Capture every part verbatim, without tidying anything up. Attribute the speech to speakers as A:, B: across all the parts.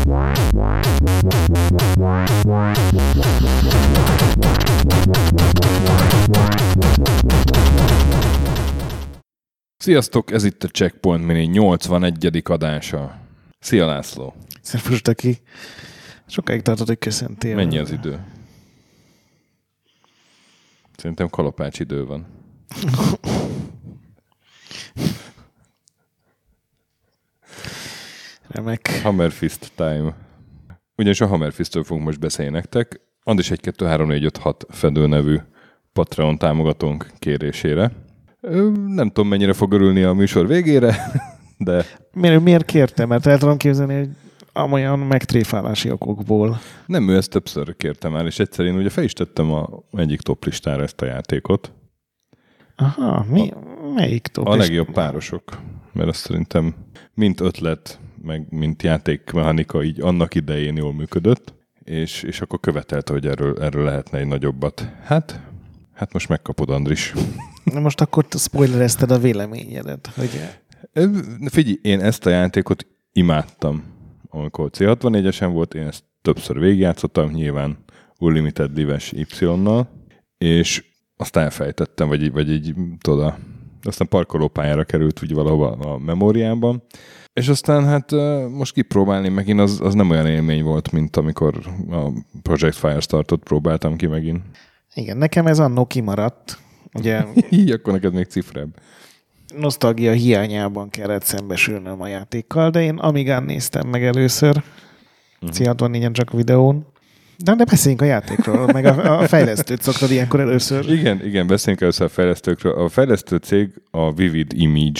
A: Sziasztok, ez itt a Checkpoint Mini nyolcvanegyedik adása. Szia László!
B: Szervus, aki sokáig tartott, hogy köszöntél.
A: Mennyi az idő? Szerintem kalapács idő van.
B: Remek.
A: Hammerfist time. Ugyanis a Hammerfistről fogunk most beszélni nektek. Andis egy kettő három négy öt hat Fedő nevű Patreon támogatónk kérésére. Nem tudom, mennyire fog örülni a műsor végére, de...
B: Miért, miért kértem? Mert el tudom képzelni, hogy amolyan megtréfálási okokból.
A: Nem, ő ezt többször kértem el, és egyszer én ugye fel is tettem a egyik top listára ezt a játékot.
B: Aha, mi, a, melyik top?
A: A legjobb párosok, mert azt szerintem mint ötlet, meg mint játékmechanika így annak idején jól működött, és, és akkor követelte, hogy erről, erről lehetne egy nagyobbat. Hát, hát most megkapod, Andris.
B: Na most akkor spoilerezted a véleményedet, hogy...
A: Figyelj, én ezt a játékot imádtam. Amikor cé hatvannégyesen volt, én ezt többször végigjátszottam, nyilván Unlimited Live-es Y-nal, és azt elfejtettem, vagy így, vagy így tudod, aztán parkolópályára került úgy valahova a memóriában. És aztán hát most kipróbálni megint az, az nem olyan élmény volt, mint amikor a Project Firestartot próbáltam ki megint.
B: Igen, nekem ez annó kimaradt. Ugye,
A: így, akkor neked még cifrább.
B: Nosztalgia hiányában kellett szembesülnöm a játékkal, de én Amigán néztem meg először. Uh-huh. cé hatvannégyen csak videón. De, de beszéljünk a játékról, meg a, a fejlesztőt szoktad ilyenkor először.
A: Igen, igen, beszéljünk először a fejlesztőkről. A fejlesztő cég a Vivid Image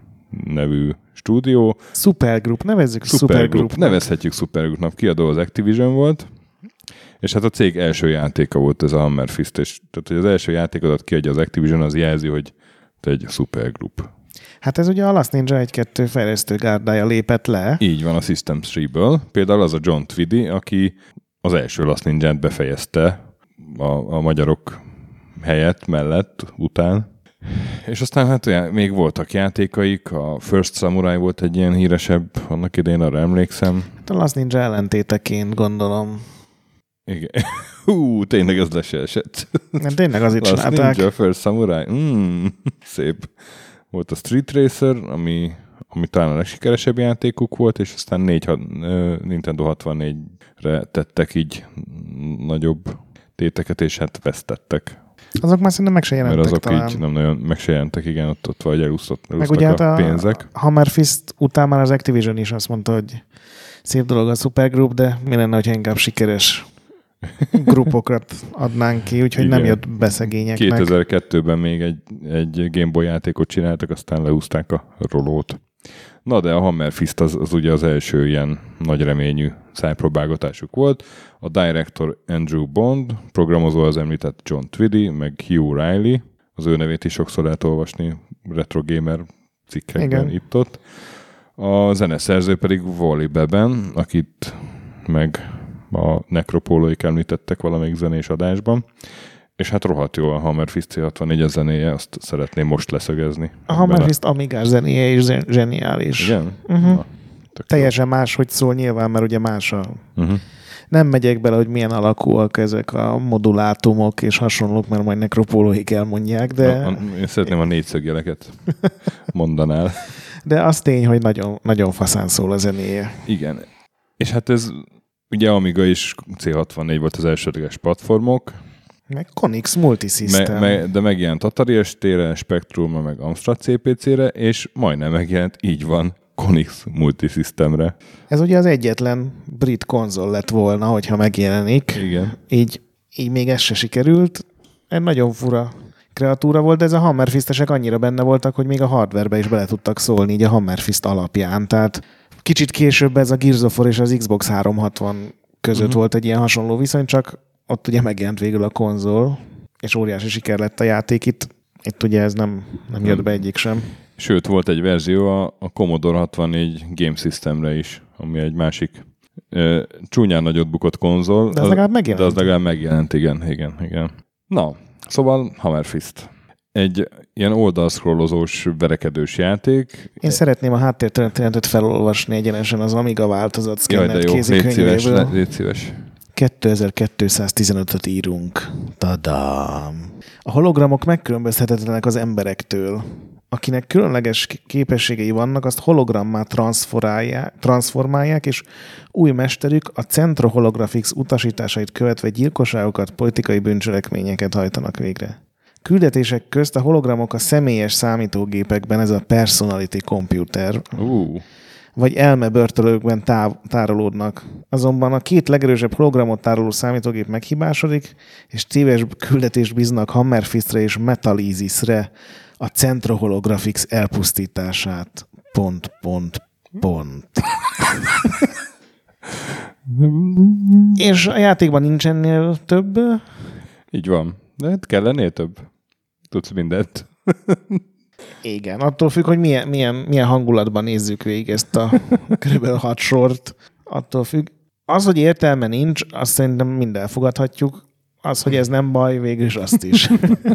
A: nevű stúdió.
B: Supergroup, nevezzük
A: Supergroup.
B: Supergroup.
A: Nevezhetjük Supergroupnak. Kiadó az Activision volt. És hát a cég első játéka volt ez a Hammerfist, és tehát, hogy az első játékodat kiadja az Activision, az jelzi, hogy te egy Supergroup.
B: Hát ez ugye a Last Ninja egy kettő fejlesztő gárdája lépett le.
A: Így van, a System három-ből. Például az a John Twiddy, aki az első Last Ninját befejezte a, a magyarok helyett, mellett, után. És aztán hát olyan, még voltak játékaik, a First Samurai volt egy ilyen híresebb, annak idején arra emlékszem.
B: Hát a Last Ninja ellentéteként gondolom.
A: Igen. Hú, tényleg ez le se esett.
B: Nem, tényleg azért
A: Last
B: csinálták.
A: Ninja, First Samurai. Mm, szép. Volt a Street Racer, ami, ami talán a legsikeresebb játékuk volt, és aztán négy, Nintendo hatvannégyre tettek így nagyobb téteket, és hát vesztettek.
B: Azok már szerintem meg se jelentek.
A: Mert azok
B: talán.
A: így nem nagyon meg se jelentek, igen, ott, ott vagy elúsztak
B: ugye
A: a,
B: hát a
A: pénzek.
B: Hammerfist után már az Activision is azt mondta, hogy szép dolog a Supergroup, de mi lenne, hogyha inkább sikeres grupokat adnánk ki, úgyhogy igen. Nem jött be szegényeknek.
A: kétezer-kettőben még egy, egy Game Boy játékot csináltak, aztán leúzták a rolót. Na de a Hammerfist az, az ugye az első ilyen nagy reményű szájpróbálgatásuk volt. A director Andrew Bond, programozó az említett John Twiddy, meg Hugh Riley, az ő nevét is sokszor lehet olvasni Retro Gamer cikkekben itt-ott. A zeneszerző pedig Wally Beben, akit meg a Necropoloik említettek valamelyik zenés adásban. És hát rohadt jó a Hammerfist cé hatvannégy zenéje, azt szeretném most leszögezni.
B: A Hammerfist a... Amigás zenéje is zseniális.
A: Igen?
B: Uh-huh. Na, teljesen jó. Más, hogy szól nyilván, mert ugye más a... Uh-huh. Nem megyek bele, hogy milyen alakúak ezek a modulátumok és hasonlók, mert majd Necropoloik elmondják, de...
A: Na, én szeretném a négyszögjeleket mondanál.
B: De az tény, hogy nagyon, nagyon faszán szól a zenéje.
A: Igen. És hát ez ugye Amiga is cé hatvannégy volt az elsődleges platformok.
B: Meg Konix Multisystem.
A: Me, me, de megjelent Atari es té-re, Spectrumra, meg Amstrad cé pé cé-re, és majdnem megjelent, így van, Konix Multisystemre.
B: Ez ugye az egyetlen brit konzol lett volna, hogyha megjelenik.
A: Igen.
B: Így, így még ez se sikerült. Egy nagyon fura kreatúra volt, de ez a Hammerfistesek annyira benne voltak, hogy még a hardwarebe is bele tudtak szólni, így a Hammerfist alapján. Tehát kicsit később ez a Gears of War és az Xbox háromszázhatvan között uh-huh. volt egy ilyen hasonló viszony, csak ott ugye megjelent végül a konzol, és óriási siker lett a játék. Itt, itt ugye ez nem, nem jött be egyik sem.
A: Sőt, volt egy verzió a, a Commodore hatvannégy Game Systemre is, ami egy másik e, csúnyán nagyot bukott konzol.
B: De az, az legalább megjelent.
A: De az legalább megjelent, igen, igen, igen. Na, szóval Hammerfist. egy ilyen oldalszkrollozós, verekedős játék.
B: Én szeretném a háttértörténetet felolvasni egyenesen az Amiga változat szkennert
A: kézikönyvéből. Légy szíves, légy szíves.
B: kétezer-kétszáztizenötöt írunk. Tadám! A hologramok megkülönbözhetetlenek az emberektől. Akinek különleges képességei vannak, azt hologrammá transformálják, és új mesterük a Centro Holographics utasításait követve gyilkosságokat, politikai bűncselekményeket hajtanak végre. Küldetések közt a hologramok a személyes számítógépekben, ez a personality computer,
A: uh.
B: vagy elmebörtölőkben táv- tárolódnak. Azonban a két legerősebb hologramot tároló számítógép meghibásodik, és téves küldetést bíznak Hammerfistre és Metalysisre, a Centro Holographics elpusztítását. Pont, pont, pont. És a játékban nincs ennél több?
A: Így van. De hát kell ennél több. Tudsz mindent.
B: Igen, attól függ, hogy milyen, milyen, milyen hangulatban nézzük végig ezt a körülbelül hat sort. Attól függ. Az, hogy értelme nincs, azt szerintem mind elfogadhatjuk. Az, hogy ez nem baj, végül is azt is.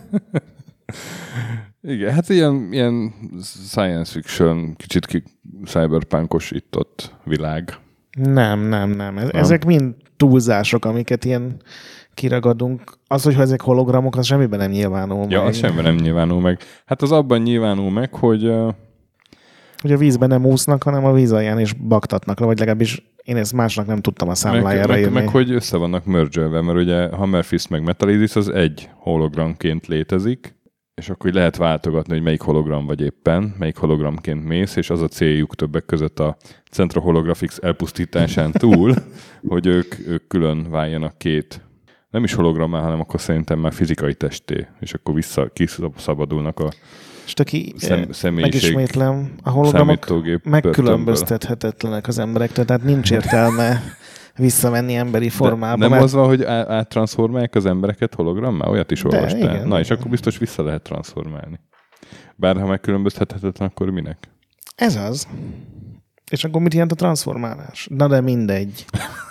A: Igen, hát ilyen, ilyen science fiction, kicsit ki, cyberpunkos itt-ott világ.
B: Nem, nem, nem. Ez, ezek mind túlzások, amiket ilyen kiragadunk. Az, hogy ezek hologramok, az semmiben nem nyilvánul
A: ja,
B: meg.
A: Ja, az semmiben nem nyilvánul meg. Hát az abban nyilvánul meg, hogy... Uh...
B: hogy a vízben nem úsznak, hanem a víz alján is baktatnak le, vagy legalábbis én ezt másnak nem tudtam a számlájára
A: meg,
B: írni.
A: Meg, meg hogy össze vannak mergelve, mert ugye Hammerfist meg Metalysis az egy hologramként létezik, és akkor lehet váltogatni, hogy melyik hologram vagy éppen, melyik hologramként mész, és az a céljuk többek között a Centro Holographics elpusztításán túl, hogy ők, ők külön váljanak két, nem is hologrammá, hanem akkor szerintem már fizikai testé, és akkor vissza kiszabadulnak a
B: és aki
A: szem, személyiség,
B: megismétlem, a hologramok megkülönböztethetetlenek az emberektől, tehát nincs értelme visszamenni emberi formába.
A: De nem
B: mert...
A: az van, hogy áttranszformálják az embereket hologrammá? Olyat is olvastál.
B: Igen,
A: Na, és akkor biztos vissza lehet transformálni. Bár ha megkülönböztethetetlen, akkor minek?
B: Ez az. És akkor mit jelent a transformálás? Na de mindegy.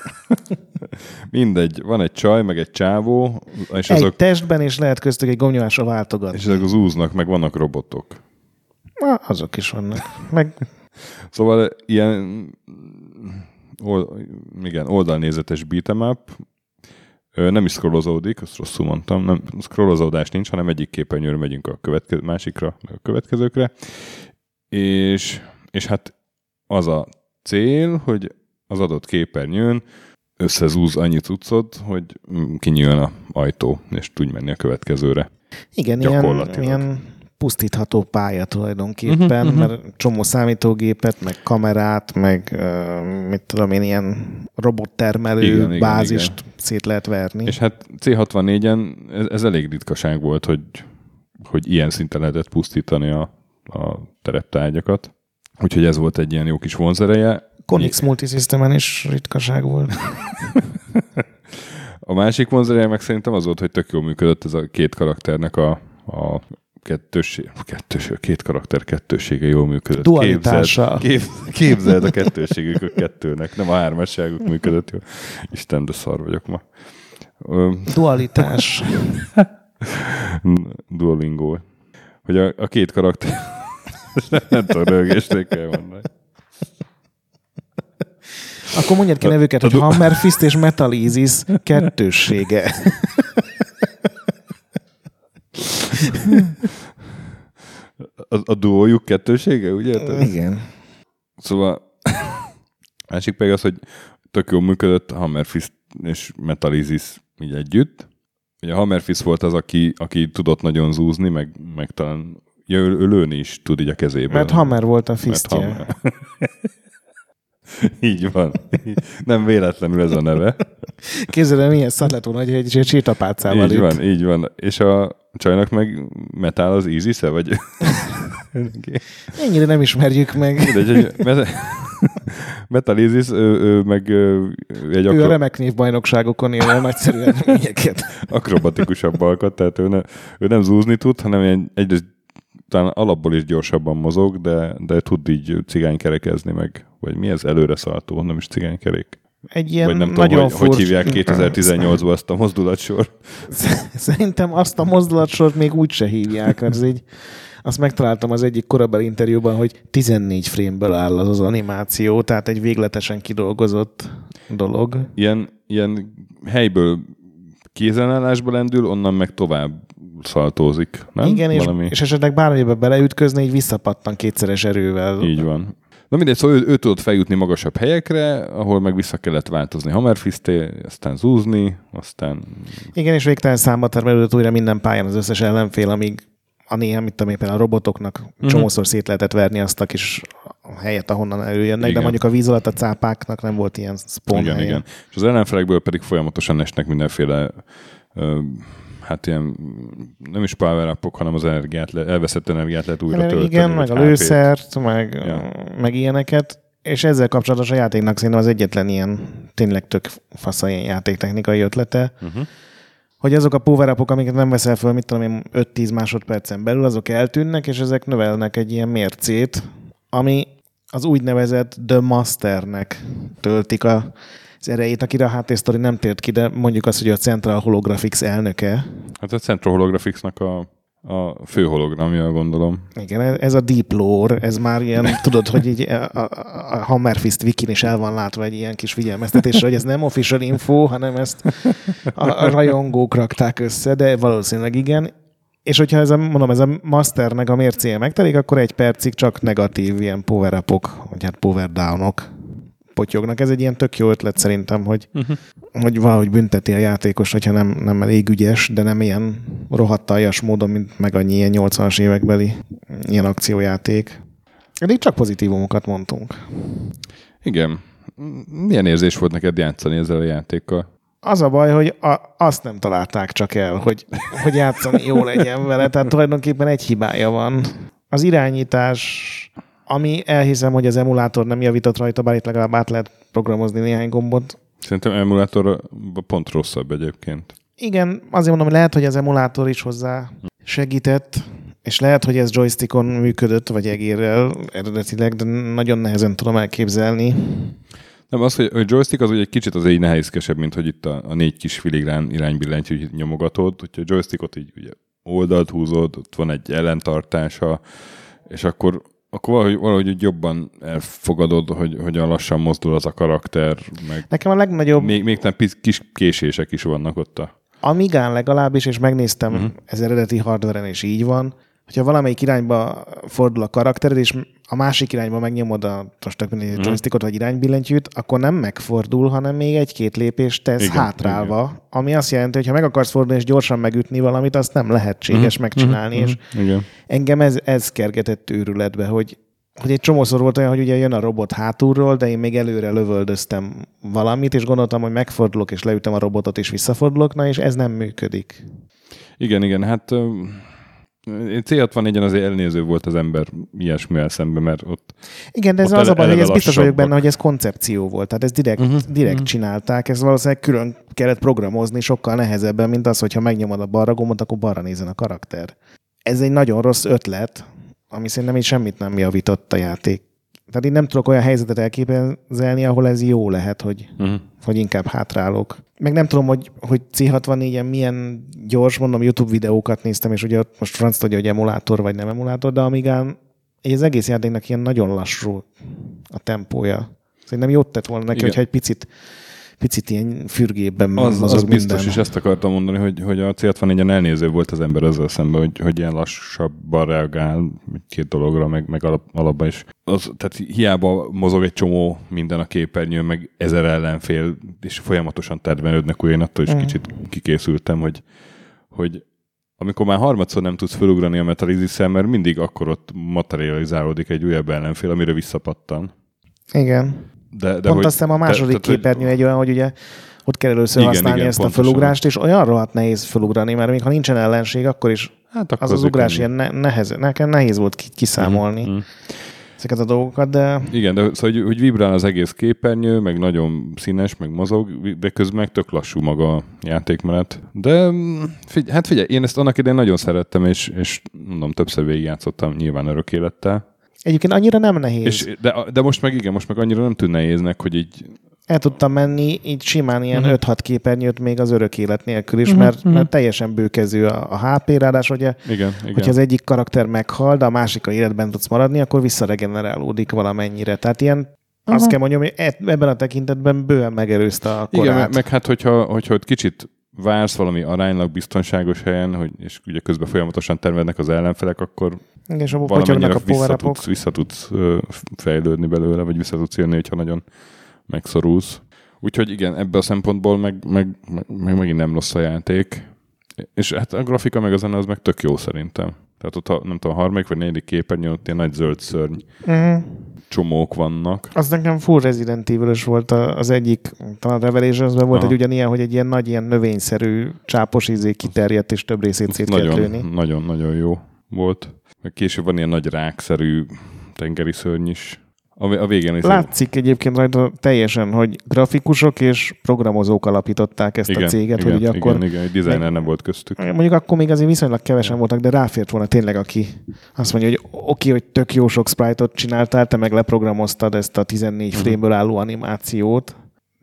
A: Mindegy. Van egy csaj, meg egy csávó. És
B: egy
A: azok...
B: testben, és lehet köztük egy gomnyomásra váltogatni.
A: És ezek az úznak, meg vannak robotok.
B: Na, azok is vannak. Meg...
A: Szóval ilyen old, igen, oldalnézetes beat'em up, nem is scrollozódik, azt rosszul mondtam, nem, scrollozódás nincs, hanem egyik képernyőről megyünk a következő, másikra, a következőkre, és, és hát az a cél, hogy az adott képernyőn összezúz annyi cuccot, hogy kinyíljon a ajtó, és tudj menni a következőre.
B: Igen, ilyen, ilyen pusztítható pálya tulajdonképpen, uh-huh, mert csomó számítógépet, meg kamerát, meg uh, mit tudom én, ilyen robottermelő igen, bázist igen, igen. szét lehet verni.
A: És hát cé hatvannégyen ez, ez elég ritkaság volt, hogy, hogy ilyen szinten lehetett pusztítani a, a tereptárgyakat. Úgyhogy ez volt egy ilyen jó kis vonzereje.
B: Konix Multisystemen is ritkaság volt.
A: A másik vonzereje meg szerintem az volt, hogy tök jól működött ez a két karakternek a, a kettősség, kettős, két karakter kettőssége jól működött.
B: Dualitással.
A: Képzeld, képzeld a kettősségük a kettőnek, nem a hármasságuk működött jól. Isten, de szar vagyok ma.
B: Dualitás.
A: Duolingo. Hogy a, a két karakter... nem, nem tudom, rögésnek kell mondani.
B: Akkor mondjad ki nevüket, hogy Hammerfist és Metalysys kettőssége.
A: A, a duójuk kettősége, ugye?
B: Igen.
A: Szóval másik pedig az, hogy tök jól működött Hammerfist és Metalysys így együtt. Ugye a Hammerfist volt az, aki, aki tudott nagyon zúzni, meg, meg talán ja, ő lőni is tud így a kezében.
B: Mert Hammer volt a fisztje.
A: Így van. Nem véletlenül ez a neve.
B: Képzeld el, milyen szar lett volna, hogy egy sétapálcával
A: Így van, így van. És a csajnak meg Metal az Isis-e, vagy...
B: Ennyire nem ismerjük meg.
A: Metal Isis, ő, ő meg ő, egy
B: akro... ő a remek névbajnokságokon él el nagyszerű eredményeket.
A: Akrobatikusabb alkat, tehát ő, ne, ő nem zúzni tud, hanem egyrészt talán alapból is gyorsabban mozog, de, de tud így cigánykerekezni meg. Vagy mi ez? Előre szaltó, nem is cigánykerék.
B: Egy ilyen
A: Vagy nem
B: nagyon
A: tudom, hogy,
B: furcsa...
A: hogy hívják kétezer-tizennyolcban azt a mozdulatsor.
B: Szerintem azt a mozdulatsort még úgy se hívják. Az így, azt megtaláltam az egyik korábbi interjúban, hogy tizennégy frame-ből áll az az animáció, tehát egy végletesen kidolgozott dolog.
A: Ilyen, ilyen helyből kézenállásba lendül, onnan meg tovább szaltózik, nem?
B: Igen, és, és esetleg bármibe beleütközni, így visszapattan kétszeres erővel.
A: Így van. Na mindegy, szóval ő, ő tudott feljutni magasabb helyekre, ahol meg vissza kellett változni Hammerfisté, aztán zúzni, aztán...
B: Igen, és végtelen számba termelődött újra minden pályán az összes ellenfél, amíg a néha, mit tudom éppen a robotoknak uh-huh. csomószor szét lehetett verni azt a kis helyet, ahonnan előjönnek, igen. De mondjuk a víz alatt a cápáknak nem volt ilyen spawn
A: igen, helyen. Igen. És az ellenfelekből pedig folyamatosan esnek mindenféle ö, hát ilyen nem is power up-ok, hanem az energiát, le, elveszett energiát lehet újra tölteni.
B: Igen, meg a lőszert, meg, ja. meg ilyeneket. És ezzel kapcsolatos a játéknak szerintem az egyetlen ilyen tényleg tök fasz ilyen játéktechnikai ötlete, uh-huh. hogy azok a power-upok, amiket nem veszel föl, mit tudom én, öt-tíz másodpercen belül, azok eltűnnek, és ezek növelnek egy ilyen mércét, ami az úgynevezett The Masternek töltik a, az erejét, akire a há té Story nem tért ki, de mondjuk azt, hogy a Central Holographics elnöke.
A: Hát a Central Holographicsnak a, a fő hologramja, gondolom.
B: Igen, ez a Deep Lore, ez már ilyen, tudod, hogy így a, a, a Hammerfist wikin is el van látva egy ilyen kis figyelmeztetésre, hogy ez nem official info, hanem ezt a, a rajongók rakták össze, de valószínűleg igen. És hogyha ez a, mondom, ez a Masternek a mércéje megtelik, akkor egy percig csak negatív ilyen power-upok, vagy hát power-downok potyognak. Ez egy ilyen tök jó ötlet szerintem, hogy, uh-huh. hogy valahogy bünteti a játékos, hogyha nem, nem elég ügyes, de nem ilyen rohadt aljas módon, mint meg annyi ilyen nyolcvanas évekbeli ilyen akciójáték. Eddig csak pozitívumokat mondtunk.
A: Igen. Milyen érzés volt neked játszani ezzel a játékkal?
B: Az a baj, hogy a, azt nem találták csak el, hogy, hogy játszani jó legyen vele, tehát tulajdonképpen egy hibája van. Az irányítás, ami elhiszem, hogy az emulátor nem javított rajta, bár itt legalább át lehet programozni néhány gombot.
A: Szerintem emulátor pont rosszabb egyébként.
B: Igen, azért mondom, hogy lehet, hogy az emulátor is hozzá segített, és lehet, hogy ez joystickon működött, vagy egérrel eredetileg, de nagyon nehezen tudom elképzelni.
A: Nem, az, hogy a joystick az ugye egy kicsit az így nehézkesebb, mint hogy itt a, a négy kis filigrán iránybillentyűt nyomogatod, hogyha a joystickot így ugye oldalt húzod, ott van egy ellentartása, és akkor, akkor valahogy, valahogy jobban elfogadod, hogy hogyan lassan mozdul az a karakter, meg
B: nekem a legnagyobb...
A: Még, még nem kis késések is vannak ott a...
B: Amigán legalábbis, és megnéztem, uh-huh. ez eredeti hardveren is így van, hogyha valamelyik irányba fordul a karaktered, és a másik irányba megnyomod a uh-huh. joystickot vagy iránybillentyűt, akkor nem megfordul, hanem még egy-két lépést tesz igen, hátrálva, igen. Ami azt jelenti, hogy ha meg akarsz fordulni és gyorsan megütni valamit, azt nem lehetséges uh-huh. megcsinálni. Uh-huh. És
A: igen.
B: engem ez, ez kergetett őrületbe, hogy, hogy egy csomószor volt olyan, hogy ugye jön a robot hátulról, de én még előre lövöldöztem valamit, és gondoltam, hogy megfordulok, és leütöm a robotot, és visszafordulok, na és ez nem működik.
A: Igen, igen, hát... cé hatvannégyen azért elnéző volt az ember ilyesmivel szemben, mert ott...
B: Igen, de ez az a baj, hogy ez biztos vagyok benne, hogy ez koncepció volt. Tehát ezt direkt, uh-huh. direkt uh-huh. csinálták. Ezt valószínűleg külön kellett programozni sokkal nehezebben, mint az, hogyha megnyomod a balra gombot, akkor balra nézzen a karakter. Ez egy nagyon rossz ötlet, ami szerintem így semmit nem javított a játék. Tehát én nem tudok olyan helyzetet elképzelni, ahol ez jó lehet, hogy, uh-huh. hogy inkább hátrálok. Meg nem tudom, hogy, hogy cé hatvannégyen milyen gyors, mondom, YouTube videókat néztem, és ugye ott most franc tudja, hogy emulátor vagy nem emulátor, de Amigán az egész játéknak ilyen nagyon lassú a tempója. Szerintem jót tett volna neki, igen. hogyha egy picit, picit ilyen fürgébben
A: az,
B: mozog
A: az biztos,
B: minden.
A: És ezt akartam mondani, hogy, hogy a cé hatvannégyen elnéző volt az ember ezzel szemben, hogy, hogy ilyen lassabban reagál két dologra, meg, meg alap, alapban is. Az, tehát hiába mozog egy csomó minden a képernyőn, meg ezer ellenfél, és folyamatosan termelődnek, olyan attól is mm. kicsit kikészültem, hogy, hogy amikor már harmadszor nem tudsz felugrani a Metalizisszel, mert mindig akkor ott materializálódik egy újabb ellenfél, amire visszapattan.
B: Igen.
A: De, de
B: Pont
A: hogy,
B: azt hiszem a második
A: te, te,
B: képernyő egy olyan, hogy ugye ott kell először igen, használni igen, ezt pontosan. A felugrást, és olyan rohadt nehéz felugrani, mert még ha nincsen ellenség, akkor is hát akkor az az, az ugrás ilyen ne, nehez, nekem nehéz volt kiszámolni mm-hmm. ezeket a dolgokat, de... Igen,
A: de szóval, hogy, hogy vibrál az egész képernyő, meg nagyon színes, meg mozog, de közben meg tök lassú maga a játékmenet. De figy- hát figyelj, én ezt annak idején nagyon szerettem, és, és mondom, többször végigjátszottam nyilván örök élettel.
B: Egyébként annyira nem nehéz.
A: És, de, de most meg igen, most meg annyira nem tűn nehéznek, hogy így
B: el tudtam menni így simán ilyen
A: uh-huh.
B: öt-hat képernyőt még az örök élet nélkül is,
A: uh-huh.
B: mert, mert teljesen bőkező a, a há pé, ráadásul ugye,
A: igen, igen.
B: hogyha az egyik karakter meghal, de a másik a életben tudsz maradni, akkor visszaregenerálódik valamennyire. Tehát ilyen, uh-huh. azt kell mondjam, hogy ebben a tekintetben bőven megelőzte a korát.
A: Igen, meg, meg hát hogyha, hogyha ott kicsit vársz valami aránylag biztonságos helyen, hogy, és ugye közben folyamatosan tervednek az ellenfelek, akkor
B: igen, és a
A: valamennyire
B: a
A: vissza tudsz, vissza tudsz fejlődni belőle, vagy vissza tudsz élni, hogyha nagyon megszorulsz. Úgyhogy igen, ebből a szempontból meg, meg, meg, meg megint nem rossz a játék. És hát a grafika meg a zene az meg tök jó szerintem. Tehát ott, nem tudom, a harmadik vagy negyedik képernyőn ott ilyen nagy zöld szörny uh-huh. csomók vannak.
B: Az nekem full Resident Evil-ös volt az egyik, talán Revelations-ben volt egy ugyanilyen, hogy egy ilyen nagy, ilyen növényszerű csápos ízé kiterjedt, és több részét szét
A: nagyon,
B: kell lőni.
A: Nagyon, nagyon jó volt. Később van ilyen nagy rákszerű tengeri szörny is. A, a végén is
B: látszik egyébként rajta teljesen, hogy grafikusok és programozók alapították ezt
A: igen,
B: a céget.
A: Igen,
B: hogy ugye
A: igen,
B: akkor
A: igen, egy designer nem volt köztük.
B: Mondjuk akkor még azért viszonylag kevesen voltak, de ráfért volna tényleg, aki azt mondja, hogy oké, okay, hogy tök jó sok sprite-ot csináltál, te meg leprogramoztad ezt a tizennégy uh-huh. frame-ből álló animációt,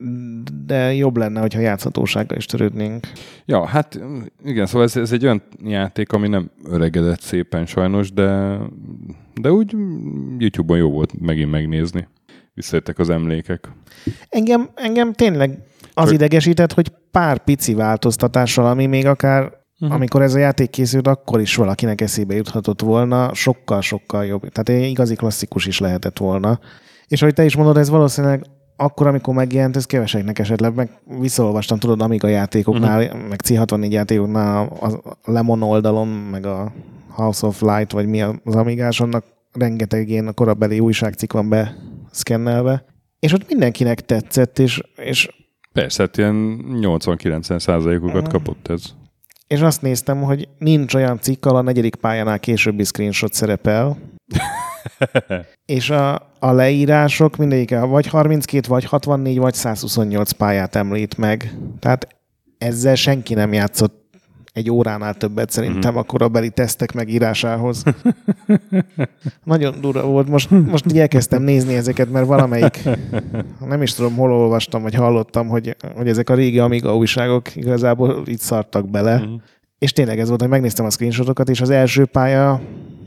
B: de jobb lenne, hogyha játszhatósággal is törődnénk.
A: Ja, hát igen, szóval ez, ez egy olyan játék, ami nem öregedett szépen sajnos, de, de úgy YouTube-on jó volt megint megnézni. Visszajöttek az emlékek.
B: Engem, engem tényleg az Csak... idegesített, hogy pár pici változtatással, ami még akár, uh-huh. amikor ez a játék készült, akkor is valakinek eszébe juthatott volna, sokkal-sokkal jobb. Tehát egy igazi klasszikus is lehetett volna. És ahogy te is mondod, ez valószínűleg akkor, amikor megjelent, ez keveseknek esetleg, meg visszaolvastam, tudod, Amiga játékoknál, uh-huh. meg cé hatvannégy játékoknál a Lemon oldalon, meg a House of Light, vagy mi az Amigás, annak rengeteg ilyen a korabeli újságcikk van beszkennelve. És ott mindenkinek tetszett, és... és
A: persze, hát ilyen nyolcvan-kilencven százalékokat uh-huh. kapott ez.
B: És azt néztem, hogy nincs olyan cikk, a negyedik pályánál későbbi screenshot szerepel, és a, a leírások mindegyik vagy harminckét, vagy hatvannégy, vagy százhuszonnyolc pályát említ meg. Tehát ezzel senki nem játszott egy óránál többet szerintem a korabeli tesztek megírásához. Nagyon durva volt. Most, most így elkezdtem nézni ezeket, mert valamelyik, nem is tudom, hol olvastam, vagy hallottam, hogy, hogy ezek a régi Amiga újságok igazából így szartak bele. Uh-huh. És tényleg ez volt, hogy megnéztem a screenshotokat, és az első pálya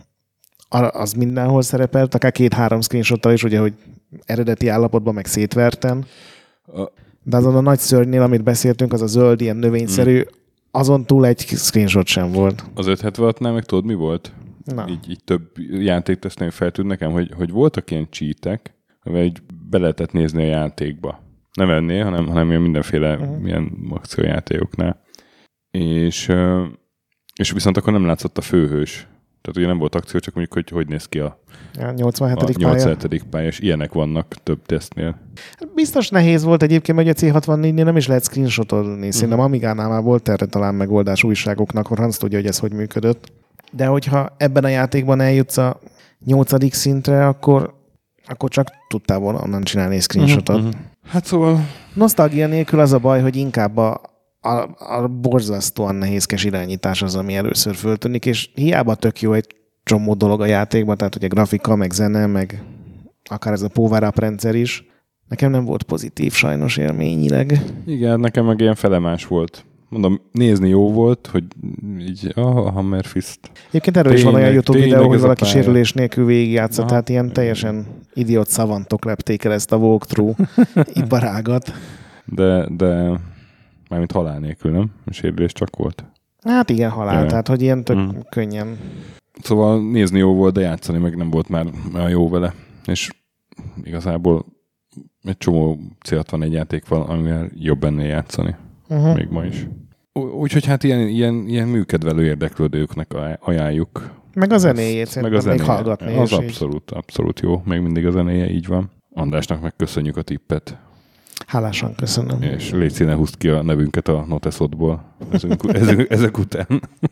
B: az mindenhol szerepelt, akár két-három screenshottal is, ugye, hogy eredeti állapotban meg szétverten. De azon a nagy szörnynél, amit beszéltünk, az a zöld, ilyen növényszerű, mm. azon túl egy screenshot sem volt.
A: Az öt hetvenhatnál meg tudod, mi volt? Na. Így, így több játéktesztnél feltűnt nekem, hogy, hogy voltak ilyen cheatek, amivel így be lehetett nézni a játékba. Nem ennél, hanem, hanem ilyen mindenféle uh-huh. ilyen akciójátékoknál. És, és viszont akkor nem látszott a főhős. Tehát ugye nem volt akció, csak mondjuk, hogy hogy néz ki a,
B: a nyolcvanhetedik
A: pálya. nyolcvanhetedik pálya, és ilyenek vannak több tesztnél.
B: Biztos nehéz volt egyébként, mert a cé hatvannégynél nem is lehet screenshotolni. Szerintem uh-huh. Amigánál már volt erre talán megoldás újságoknak, hogy Hans tudja, hogy ez hogy működött. De hogyha ebben a játékban eljutsz a nyolcadik szintre, akkor, akkor csak tudtál volna onnan csinálni egy screenshotot. Uh-huh.
A: Hát szóval...
B: Nosztalgia nélkül az a baj, hogy inkább a A, a borzasztóan nehézkes irányítás az, ami először föltűnik, és hiába tök jó egy csomó dolog a játékban, tehát ugye grafika, meg zene, meg akár ez a power-up rendszer is. Nekem nem volt pozitív sajnos élményileg.
A: Igen, nekem meg ilyen felemás volt. Mondom, nézni jó volt, hogy így a Hammer Fist.
B: Egyébként erről is van olyan YouTube videó, hogy valaki sérülés nélkül végigjátszott, tehát ilyen teljesen idiot szavantok lepték el ezt a walkthrough iparágat.
A: De, de mármint halál nélkül, nem? A sérülés csak volt.
B: Hát igen, halál, ja. Tehát hogy ilyen tök mm. könnyen.
A: Szóval nézni jó volt, de játszani meg nem volt már olyan jó vele. És igazából egy csomó cé hatvannégy játék van, amivel jobb ennél játszani. Uh-huh. Még ma is. Úgyhogy hát ilyen, ilyen, ilyen műkedvelő érdeklődőknek ajánljuk.
B: Meg a zenéjét, meg a zenéje. Még hallgatni.
A: Az abszolút, így. abszolút jó. Még mindig a zenéje, így van. Andrásnak megköszönjük a tippet.
B: Hálásan köszönöm.
A: És légy színe, húzd ki a nevünket a noteszodból ezek, ezek, ezek után.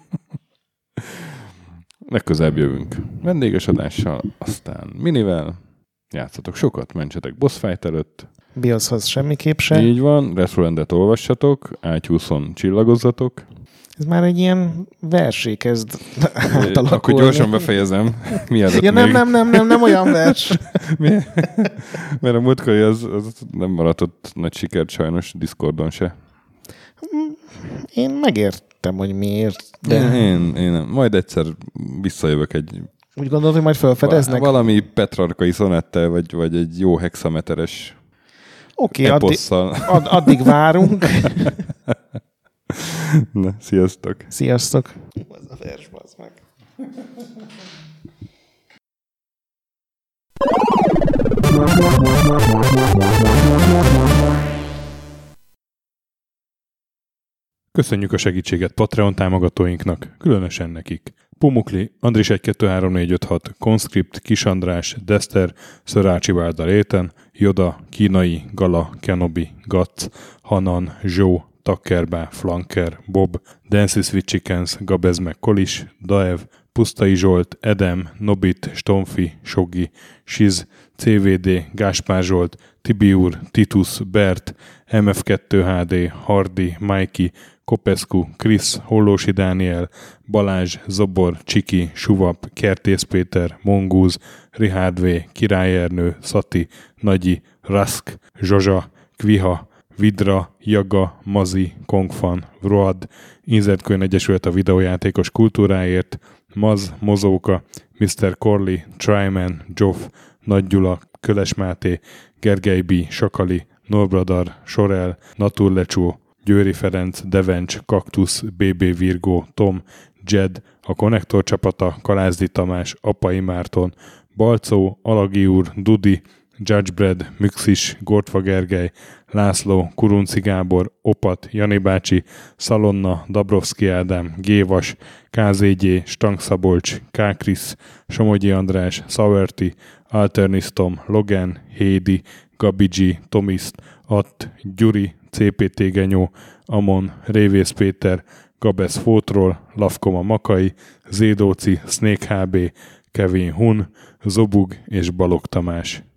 A: Legközelebb jövünk vendéges adással, aztán minivel. Játszatok sokat, mentsetek boss fight előtt.
B: BIOS-hoz semmiképp sem.
A: Így van, Retrolandet olvassatok, ágyhúszon csillagozzatok.
B: Ez már egy ilyen versé kezd átalakulni.
A: Akkor gyorsan befejezem. Mielőtt
B: ja, nem,
A: még...
B: nem, nem, nem, nem olyan vers.
A: Mert a múltkori az, az nem maradt ott nagy sikert sajnos Discordon se.
B: Én megértem, hogy miért. De...
A: Én, én nem. Majd egyszer visszajövök egy...
B: Úgy gondolod, hogy majd felfedeznek?
A: Valami petrarkai szonettel, vagy, vagy egy jó hexameteres
B: Oké, okay, addig, ad, addig várunk.
A: Na, sziasztok!
B: Sziasztok! Ez a vers, bazd meg.
C: Köszönjük a segítséget Patreon támogatóinknak, különösen nekik. Pumukli, Andris egy kettő három négy öt hat, Conscript, Kis András, Dester, Szörácsi Várda Réten, Joda, Kínai, Gala, Kenobi, Gatz, Hanan, Zsó, Takkerbá, Flanker, Bob, Dances with Chickens, Gabez meg Kolis, Daev, Pusztai Zsolt, Edem, Nobit, Stomfi, Sogi, Siz, cé vé dé, Gáspár Zsolt, Tibiur, Titus, Bert, em ef kettő há dé, Hardi, Mikey, Kopescu, Krisz, Hollósi Dániel, Balázs, Zobor, Csiki, Suvap, Kertész Péter, Mongúz, Richard V, Király Ernő, Szati, Nagyi, Rask, Zsozsa, Kviha, Vidra, Jaga, Mazi, Kongfan, Vroad, Inzertkőn Egyesület a videójátékos kultúráért, Maz, Mozóka, miszter Corley, Tryman, Joff, Nagy Gyula, Köles Máté, Gergely B, Sakali, Norbradar, Sorel, Naturlecsó, Győri Ferenc, Devencs, Kaktusz, bé bé Virgó, Tom, Jed, a Konnektor csapata, Kalázdi Tamás, Apai Márton, Balcó, Alagi úr, Dudi, Judgebred, Müxis, Gortva Gergely, László, Kurunci Gábor, Opat, Jani bácsi, Szalonna, Dabrowski Ádám, Gévas, ká zé gyé, Stank Szabolcs, K. Krisz, Somogyi András, Szaverti, Alternisztom, Logan, Hédi, Gabi G, Tomiszt, Att, Gyuri, cé pé té Genyó, Amon, Révész Péter, Gabesz Fótról, Lavkoma Makai, Zédóci, Snake há bé, Kevin Hun, Zobug és Balog Tamás.